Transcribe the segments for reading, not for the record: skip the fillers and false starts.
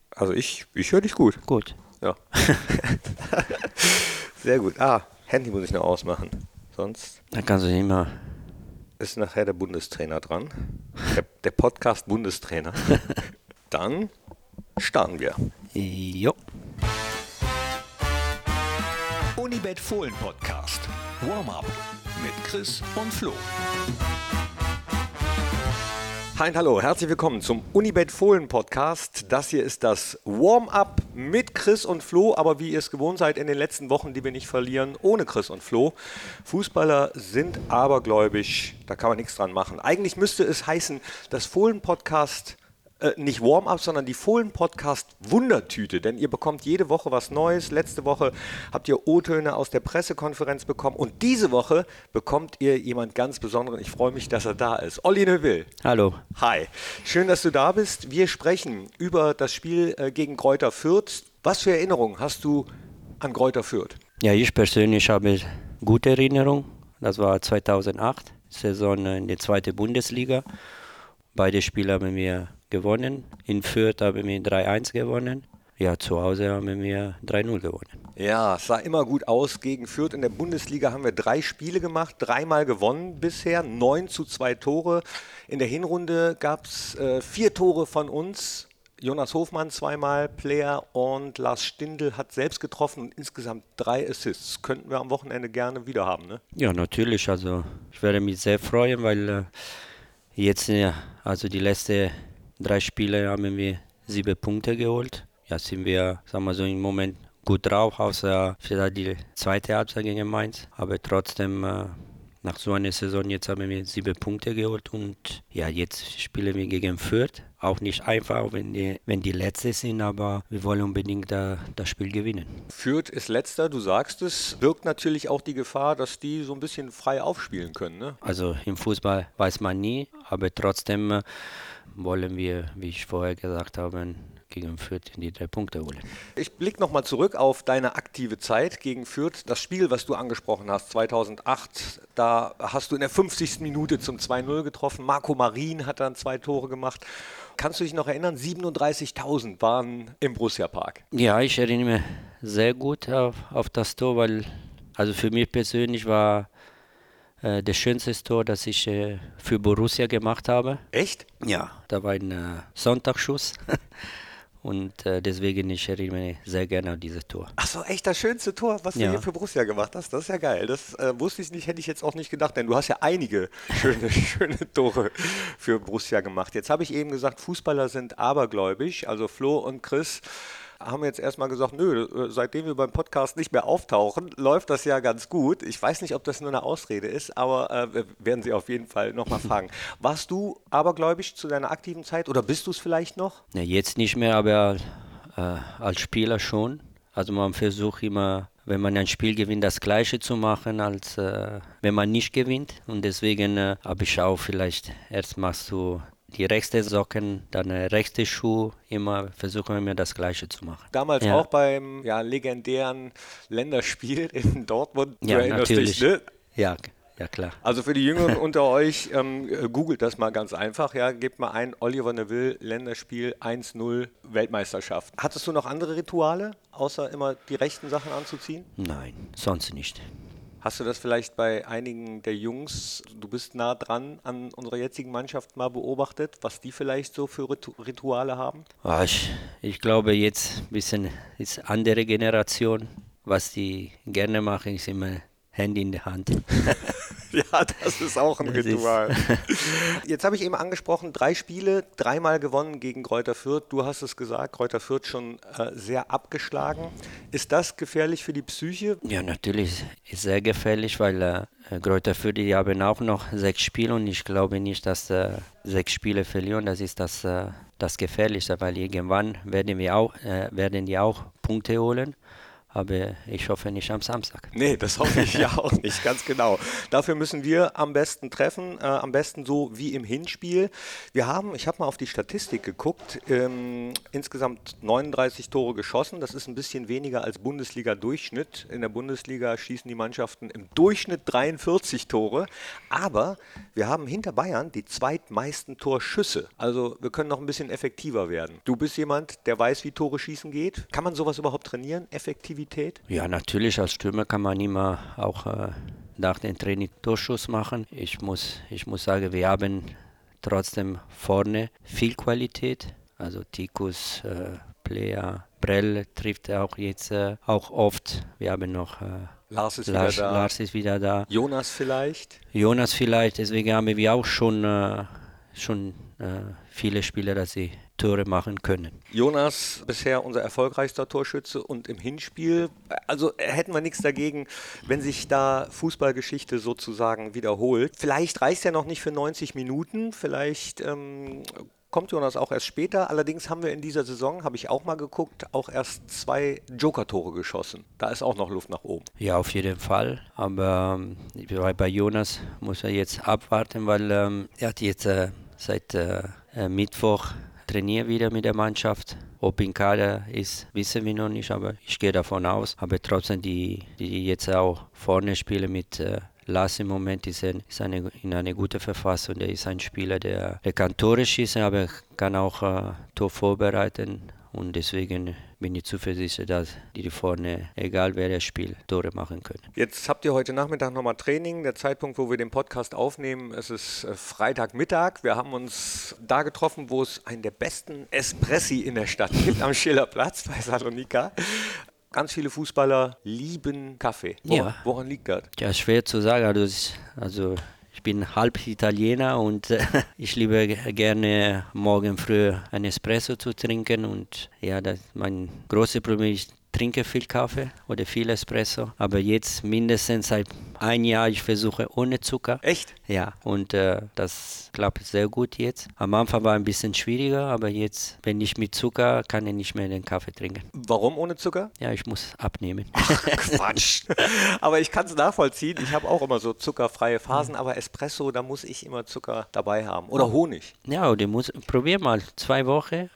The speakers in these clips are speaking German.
Also ich höre dich gut. Gut. Ja. Sehr gut. Handy muss ich noch ausmachen. Sonst Dann kannst du immer. ist nachher der Bundestrainer dran. Der Podcast Bundestrainer. Dann starten wir. Jo. Unibet Fohlen Podcast. Warm-up mit Chris und Flo. Hi und hallo, herzlich willkommen zum Unibet Fohlen Podcast. Das hier ist das Warm-up mit Chris und Flo, aber wie ihr es gewohnt seid in den letzten Wochen, die wir nicht verlieren, ohne Chris und Flo. Fußballer sind abergläubisch, da kann man nichts dran machen. Eigentlich müsste es heißen, das Fohlen Podcast nicht Warm-up, sondern die Fohlen-Podcast Wundertüte, denn ihr bekommt jede Woche was Neues. Letzte Woche habt ihr O-Töne aus der Pressekonferenz bekommen und diese Woche bekommt ihr jemand ganz Besonderen. Ich freue mich, dass er da ist. Olli Neuville. Hallo. Hi, schön, dass du da bist. Wir sprechen über das Spiel gegen Greuther Fürth. Was für Erinnerungen hast du an Greuther Fürth? Ja, ich persönlich habe gute Erinnerungen. Das war 2008, Saison in der zweiten Bundesliga. Beide Spiele haben wir gewonnen. In Fürth haben wir 3-1 gewonnen. Ja, zu Hause haben wir 3-0 gewonnen. Ja, es sah immer gut aus gegen Fürth. In der Bundesliga haben wir 3 Spiele gemacht, 3-mal gewonnen bisher, 9:2 Tore. In der Hinrunde gab es 4 Tore von uns. Jonas Hofmann 2-mal, Player und Lars Stindl hat selbst getroffen und insgesamt 3 Assists. Könnten wir am Wochenende gerne wieder haben, ne? Ja, natürlich. Also ich werde mich sehr freuen, weil jetzt, also die letzten 3 Spiele haben wir 7 Punkte geholt. Ja, sind wir, sagen wir so, im Moment gut drauf, außer vielleicht die zweite Halbzeit gegen Mainz. Aber trotzdem, nach so einer Saison, jetzt haben wir 7 Punkte geholt und ja, jetzt spielen wir gegen Fürth. Auch nicht einfach, wenn die Letzte sind, aber wir wollen unbedingt das Spiel gewinnen. Fürth ist Letzter, du sagst es, birgt natürlich auch die Gefahr, dass die so ein bisschen frei aufspielen können, ne? Also im Fußball weiß man nie, aber trotzdem wollen wir, wie ich vorher gesagt habe, gegen Fürth die 3 Punkte holen. Ich blicke nochmal zurück auf deine aktive Zeit gegen Fürth. Das Spiel, was du angesprochen hast, 2008, da hast du in der 50. Minute zum 2-0 getroffen. Marco Marin hat dann 2 Tore gemacht. Kannst du dich noch erinnern? 37.000 waren im Borussia-Park. Ja, ich erinnere mich sehr gut auf das Tor, weil also für mich persönlich war das schönste Tor, das ich für Borussia gemacht habe. Echt? Ja, da war ein Sonntagsschuss und deswegen ich erinnere mich sehr gerne an dieses Tor. Ach so, echt das schönste Tor, was du Ja. hier für Borussia gemacht hast. Das ist ja geil. Das wusste ich nicht, hätte ich jetzt auch nicht gedacht, denn du hast ja einige schöne Tore für Borussia gemacht. Jetzt habe ich eben gesagt, Fußballer sind abergläubisch. Also Flo und Chris haben jetzt erstmal gesagt, nö, seitdem wir beim Podcast nicht mehr auftauchen, läuft das ja ganz gut. Ich weiß nicht, ob das nur eine Ausrede ist, aber wir werden Sie auf jeden Fall nochmal fragen. Warst du abergläubisch zu deiner aktiven Zeit oder bist du es vielleicht noch? Ja, jetzt nicht mehr, aber als Spieler schon. Also man versucht immer, wenn man ein Spiel gewinnt, das Gleiche zu machen, als wenn man nicht gewinnt. Und deswegen habe ich auch vielleicht, erst machst du die rechte Socken, dann der rechte Schuh, immer versuchen wir immer das Gleiche zu machen. Damals Ja. auch beim legendären Länderspiel in Dortmund. Du Ja, erinnerst natürlich. dich, ne? Ja, klar. Also für die Jüngeren unter euch, googelt das mal ganz einfach. Ja, gebt mal ein, Oliver Neuville, Länderspiel 1-0, Weltmeisterschaft. Hattest du noch andere Rituale, außer immer die rechten Sachen anzuziehen? Nein, sonst nicht. Hast du das vielleicht bei einigen der Jungs, du bist nah dran an unserer jetzigen Mannschaft, mal beobachtet, was die vielleicht so für Rituale haben? Ich glaube jetzt ein bisschen ist andere Generation. Was die gerne machen, ist immer Handy in der Hand. Ja, das ist auch ein Das ist- Ritual. Jetzt habe ich eben angesprochen, 3 Spiele, 3-mal gewonnen gegen Greuther Fürth. Du hast es gesagt, Greuther Fürth schon sehr abgeschlagen. Ist das gefährlich für die Psyche? Ja, natürlich ist sehr gefährlich, weil Greuther Fürth, die haben auch noch 6 Spiele und ich glaube nicht, dass 6 Spiele verlieren. Das ist das Gefährlichste, weil irgendwann werden die auch Punkte holen. aber ich hoffe nicht am Samstag. Nee, das hoffe ich ja auch nicht, ganz genau. Dafür müssen wir am besten treffen, am besten so wie im Hinspiel. Ich habe mal auf die Statistik geguckt, insgesamt 39 Tore geschossen. Das ist ein bisschen weniger als Bundesliga-Durchschnitt. In der Bundesliga schießen die Mannschaften im Durchschnitt 43 Tore. Aber wir haben hinter Bayern die zweitmeisten Torschüsse. Also wir können noch ein bisschen effektiver werden. Du bist jemand, der weiß, wie Tore schießen geht. Kann man sowas überhaupt trainieren? Effektivität? Ja, natürlich, als Stürmer kann man immer auch nach dem Training Torschuss machen. Ich muss sagen, wir haben trotzdem vorne viel Qualität. Also Tikus, Player, Brell trifft auch jetzt auch oft. Wir haben noch Lars ist wieder da. Jonas vielleicht? Deswegen haben wir auch schon viele Spieler, dass sie Tore machen können. Jonas bisher unser erfolgreichster Torschütze und im Hinspiel, also hätten wir nichts dagegen, wenn sich da Fußballgeschichte sozusagen wiederholt. Vielleicht reicht es ja noch nicht für 90 Minuten, vielleicht kommt Jonas auch erst später. Allerdings haben wir in dieser Saison, habe ich auch mal geguckt, auch erst 2 Joker-Tore geschossen. Da ist auch noch Luft nach oben. Ja, auf jeden Fall. Aber bei Jonas muss er jetzt abwarten, weil er hat jetzt seit Mittwoch trainiert wieder mit der Mannschaft. Ob in Kader ist, wissen wir noch nicht, aber ich gehe davon aus. Aber trotzdem, die jetzt auch vorne spielen mit Lars im Moment ist in einer guten Verfassung. Der ist ein Spieler, der kann Tore schießen, aber kann auch Tor vorbereiten. Und deswegen bin ich zuversichtlich, dass die vorne, egal wer das spielt, Tore machen können. Jetzt habt ihr heute Nachmittag nochmal Training. Der Zeitpunkt, wo wir den Podcast aufnehmen, es ist Freitagmittag. Wir haben uns da getroffen, wo es einen der besten Espressi in der Stadt gibt, am Schillerplatz bei Salonika. Ganz viele Fußballer lieben Kaffee. Woran liegt das? Ja, schwer zu sagen. Also ich bin halb Italiener und ich liebe gerne morgen früh ein Espresso zu trinken. Und ja, mein großes Problem ist, ich trinke viel Kaffee oder viel Espresso. Aber jetzt mindestens seit einem Jahr, ich versuche ohne Zucker. Echt? Ja, und das klappt sehr gut jetzt. Am Anfang war es ein bisschen schwieriger, aber jetzt, wenn ich mit Zucker, kann ich nicht mehr den Kaffee trinken. Warum ohne Zucker? Ja, ich muss abnehmen. Ach, Quatsch. Aber ich kann es nachvollziehen. Ich habe auch immer so zuckerfreie Phasen, aber Espresso, da muss ich immer Zucker dabei haben. Oder Honig. Ja, probier mal 2 Wochen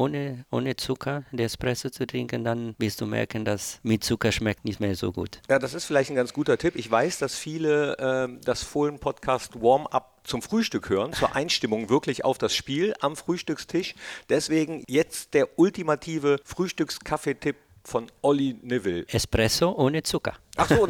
ohne Zucker den Espresso zu trinken, dann wirst du merken, dass mit Zucker schmeckt nicht mehr so gut. Ja, das ist vielleicht ein ganz guter Tipp. Ich weiß, dass viele das Fohlen-Podcast Warm-Up zum Frühstück hören, zur Einstimmung wirklich auf das Spiel am Frühstückstisch. Deswegen jetzt der ultimative Frühstückskaffeetipp von Olli Neville. Espresso ohne Zucker. Ach so,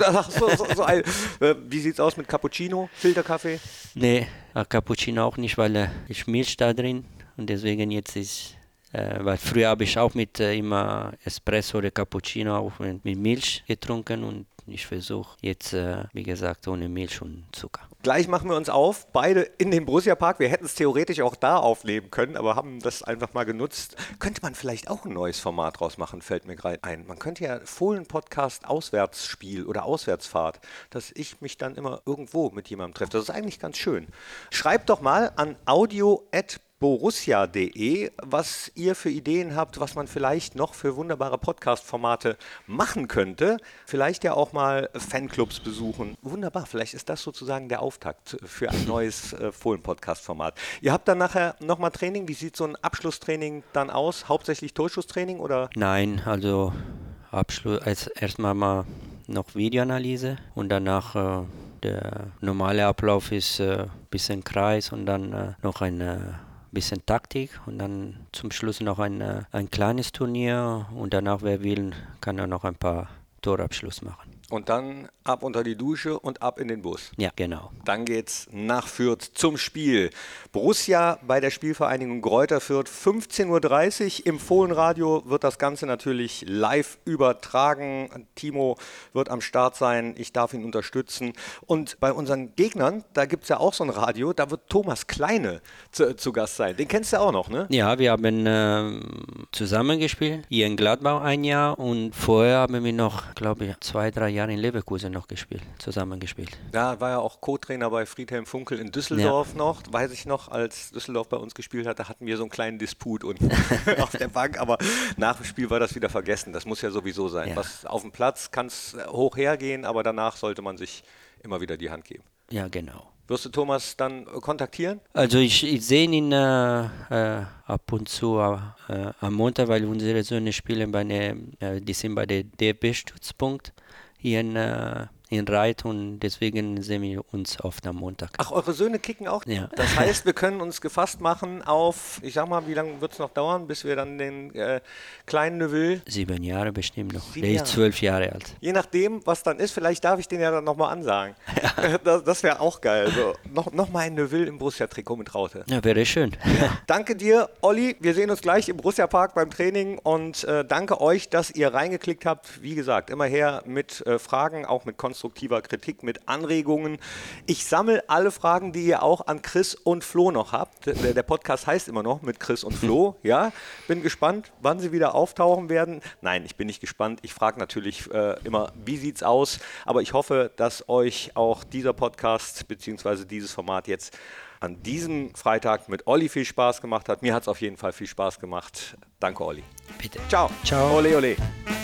wie sieht's aus mit Cappuccino, Filterkaffee? Nee, Cappuccino auch nicht, weil ich Milch da drin und deswegen jetzt ist, weil früher habe ich auch mit immer Espresso oder Cappuccino auch mit Milch getrunken und ich versuche jetzt, wie gesagt, ohne Milch und Zucker. Gleich machen wir uns auf, beide in den Borussia Park. Wir hätten es theoretisch auch da aufnehmen können, aber haben das einfach mal genutzt. Könnte man vielleicht auch ein neues Format draus machen, fällt mir gerade ein. Man könnte ja Fohlen-Podcast Auswärtsspiel oder Auswärtsfahrt, dass ich mich dann immer irgendwo mit jemandem treffe. Das ist eigentlich ganz schön. Schreibt doch mal an audio@borussia.de, was ihr für Ideen habt, was man vielleicht noch für wunderbare Podcast-Formate machen könnte. Vielleicht ja auch mal Fanclubs besuchen. Wunderbar, vielleicht ist das sozusagen der Auftakt für ein neues Fohlen-Podcast-Format. Ihr habt dann nachher nochmal Training. Wie sieht so ein Abschlusstraining dann aus? Hauptsächlich Torschusstraining oder? Nein, also erstmal mal noch Videoanalyse und danach der normale Ablauf ist ein bisschen Kreis und dann noch ein bisschen Taktik und dann zum Schluss noch ein kleines Turnier und danach, wer will, kann er noch ein paar Torabschluss machen. Und dann ab unter die Dusche und ab in den Bus. Ja, genau. Dann geht's nach Fürth zum Spiel. Borussia bei der Spielvereinigung Greuther Fürth, 15:30 Uhr. Im Fohlenradio wird das Ganze natürlich live übertragen. Timo wird am Start sein. Ich darf ihn unterstützen. Und bei unseren Gegnern, da gibt es ja auch so ein Radio, da wird Thomas Kleine zu Gast sein. Den kennst du auch noch, ne? Ja, wir zusammen gespielt. Hier in Gladbach ein Jahr und vorher haben wir noch, glaube ich, 2-3 Jahre in Leverkusen noch zusammengespielt. Da war ja auch Co-Trainer bei Friedhelm Funkel in Düsseldorf noch, weiß ich noch, als Düsseldorf bei uns gespielt hat, da hatten wir so einen kleinen Disput unten auf der Bank, aber nach dem Spiel war das wieder vergessen. Das muss ja sowieso sein. Ja. Was auf dem Platz kann es hoch hergehen, aber danach sollte man sich immer wieder die Hand geben. Ja, genau. Wirst du Thomas dann kontaktieren? Also ich sehe ihn ab und zu am Montag, weil unsere Söhne spielen die sind bei der DFB-Stützpunkt hier in Reit und deswegen sehen wir uns oft am Montag. Ach, eure Söhne kicken auch? Ja. Das heißt, wir können uns gefasst machen auf, ich sag mal, wie lange wird es noch dauern, bis wir dann den kleinen Neville... 7 Jahre bestimmt noch. 7 Der Jahre. ist 12 Jahre alt. Je nachdem, was dann ist, vielleicht darf ich den ja dann nochmal ansagen. Ja. Das wäre auch geil. Also, noch mal ein Neville im Borussia-Trikot mit Raute. Ja, wäre schön. Danke dir, Olli. Wir sehen uns gleich im Borussia-Park beim Training und danke euch, dass ihr reingeklickt habt. Wie gesagt, immer her mit Fragen, auch mit konstruktiver Kritik, mit Anregungen. Ich sammle alle Fragen, die ihr auch an Chris und Flo noch habt. Der Podcast heißt immer noch mit Chris und Flo. Ja, bin gespannt, wann sie wieder auftauchen werden. Nein, ich bin nicht gespannt. Ich frage natürlich immer, wie sieht's aus? Aber ich hoffe, dass euch auch dieser Podcast bzw. dieses Format jetzt an diesem Freitag mit Olli viel Spaß gemacht hat. Mir hat es auf jeden Fall viel Spaß gemacht. Danke, Olli. Bitte. Ciao. Ciao. Ole, ole.